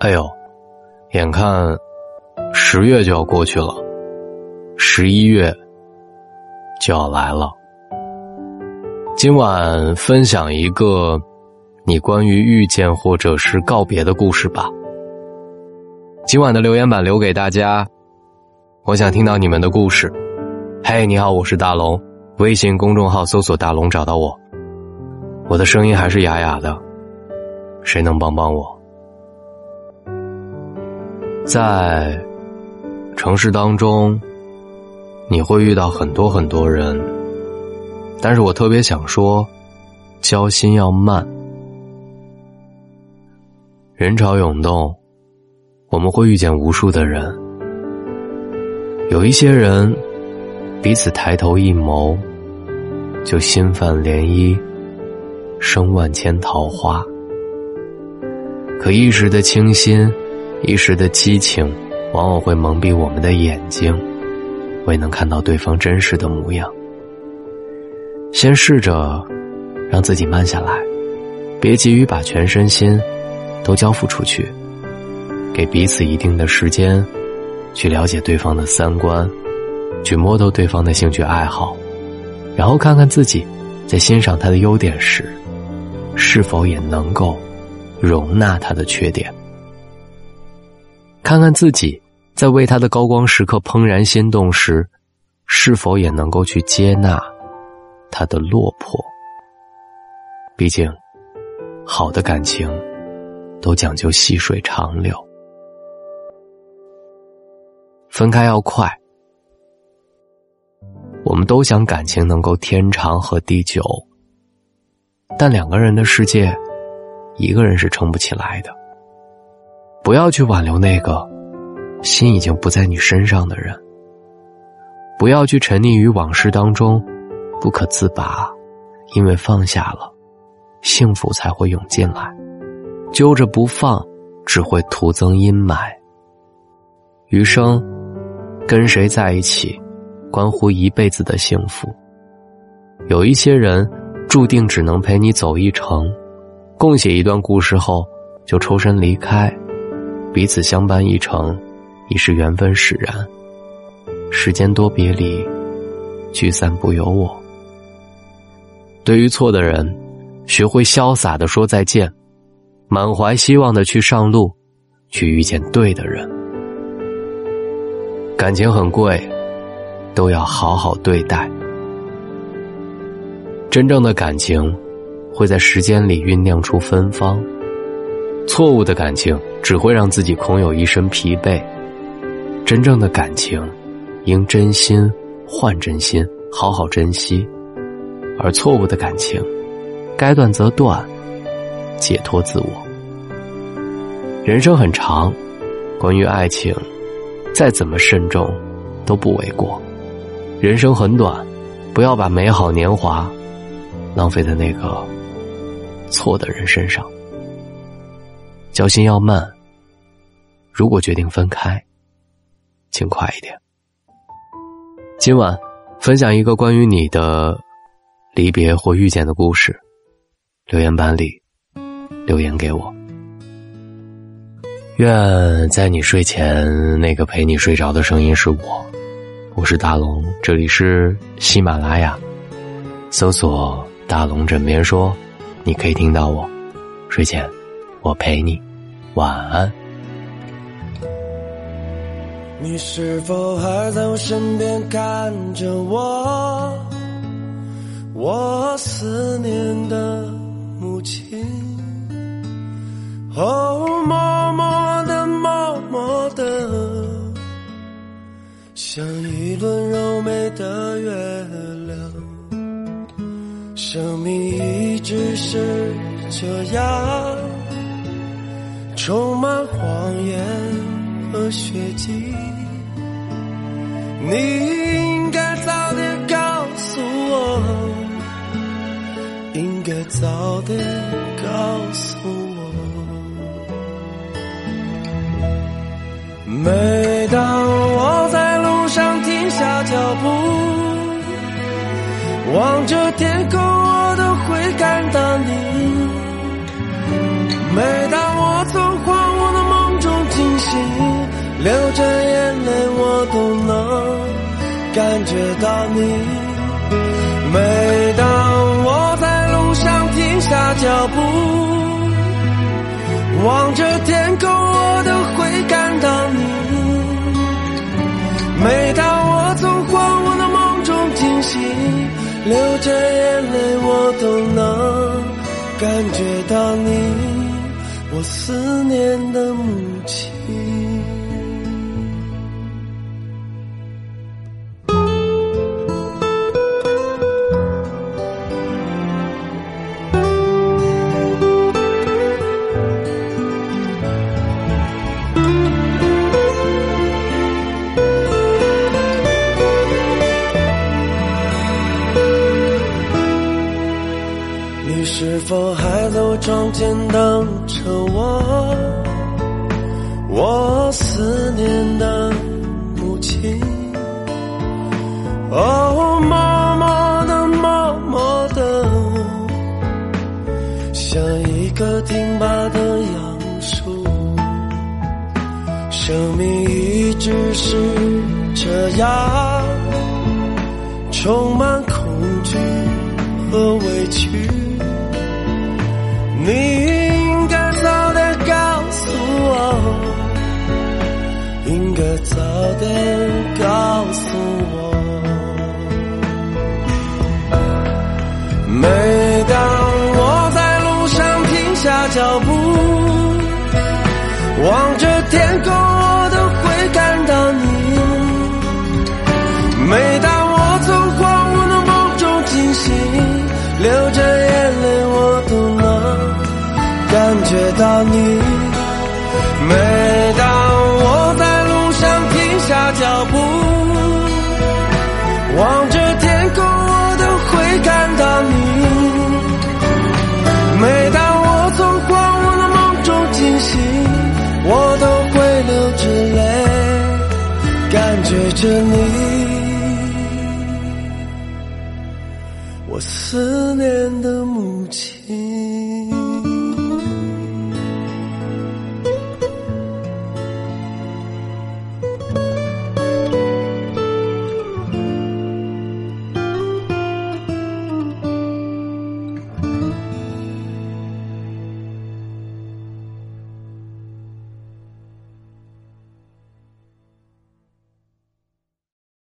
哎呦，眼看10月就要过去了，11月就要来了。今晚分享一个你关于遇见或者是告别的故事吧。今晚的留言板留给大家，我想听到你们的故事。嘿，你好，我是大龙，微信公众号搜索大龙找到我。我的声音还是哑哑的，谁能帮帮我？在城市当中，你会遇到很多很多人，但是我特别想说，交心要慢。人潮涌动，我们会遇见无数的人，有一些人彼此抬头一眸，就心泛涟漪，生万千桃花。可一时的清新，一时的激情，往往会蒙蔽我们的眼睛，未能看到对方真实的模样。先试着让自己慢下来，别急于把全身心都交付出去，给彼此一定的时间，去了解对方的三观，去摸透对方的兴趣爱好，然后看看自己在欣赏他的优点时，是否也能够容纳他的缺点。看看自己在为他的高光时刻怦然心动时，是否也能够去接纳他的落魄。毕竟好的感情都讲究细水长流。分开要快，我们都想感情能够天长和地久，但两个人的世界，一个人是撑不起来的。不要去挽留那个心已经不在你身上的人，不要去沉溺于往事当中不可自拔，因为放下了，幸福才会涌进来，揪着不放只会徒增阴霾。余生跟谁在一起，关乎一辈子的幸福。有一些人注定只能陪你走一程，共写一段故事后就抽身离开，彼此相伴一程，已是缘分使然。时间多别离，聚散不由我。对于错的人，学会潇洒地说再见，满怀希望地去上路，去遇见对的人。感情很贵，都要好好对待。真正的感情会在时间里酝酿出芬芳，错误的感情只会让自己空有一身疲惫。真正的感情应真心换真心，好好珍惜。而错误的感情该断则断，解脱自我。人生很长，关于爱情再怎么慎重都不为过。人生很短，不要把美好年华浪费在那个错的人身上。交心要慢，如果决定分开，请快一点。今晚分享一个关于你的离别或遇见的故事，留言板里留言给我。愿在你睡前，那个陪你睡着的声音是我是大龙，这里是喜马拉雅，搜索大龙枕边说，你可以听到我。睡前我陪你，晚安。 你是否还在我身边看着我，我思念的母亲，默默的像一轮柔美的月亮。生命一直是这样，充满谎言和血迹。你应该早点告诉我，应该早点告诉我。每当我在路上停下脚步，望着天空，我都会感到你。每当我从荒芜的梦流着眼泪我都能感觉到你。每当我在路上停下脚步，望着天空我都会感到你。每当我从荒芜的梦中惊醒，流着眼泪我都能感觉到你，我思念的母亲。你是否还在我窗前等着我？我思念的母亲。哦，默默的，默默的，像一棵挺拔的杨树。生命一直是这样，充满恐惧和委屈。你应该早点告诉我，应该早点告诉我。每当我在路上停下脚步，望着天空我都会感到你。每当我从荒芜的梦中惊醒，流着眼泪我都能感觉到你。每当我在路上停下脚步，望着天空我都会感到你。每当我从荒芜的梦中惊醒，我都会流着泪感觉着你，我思念的母亲。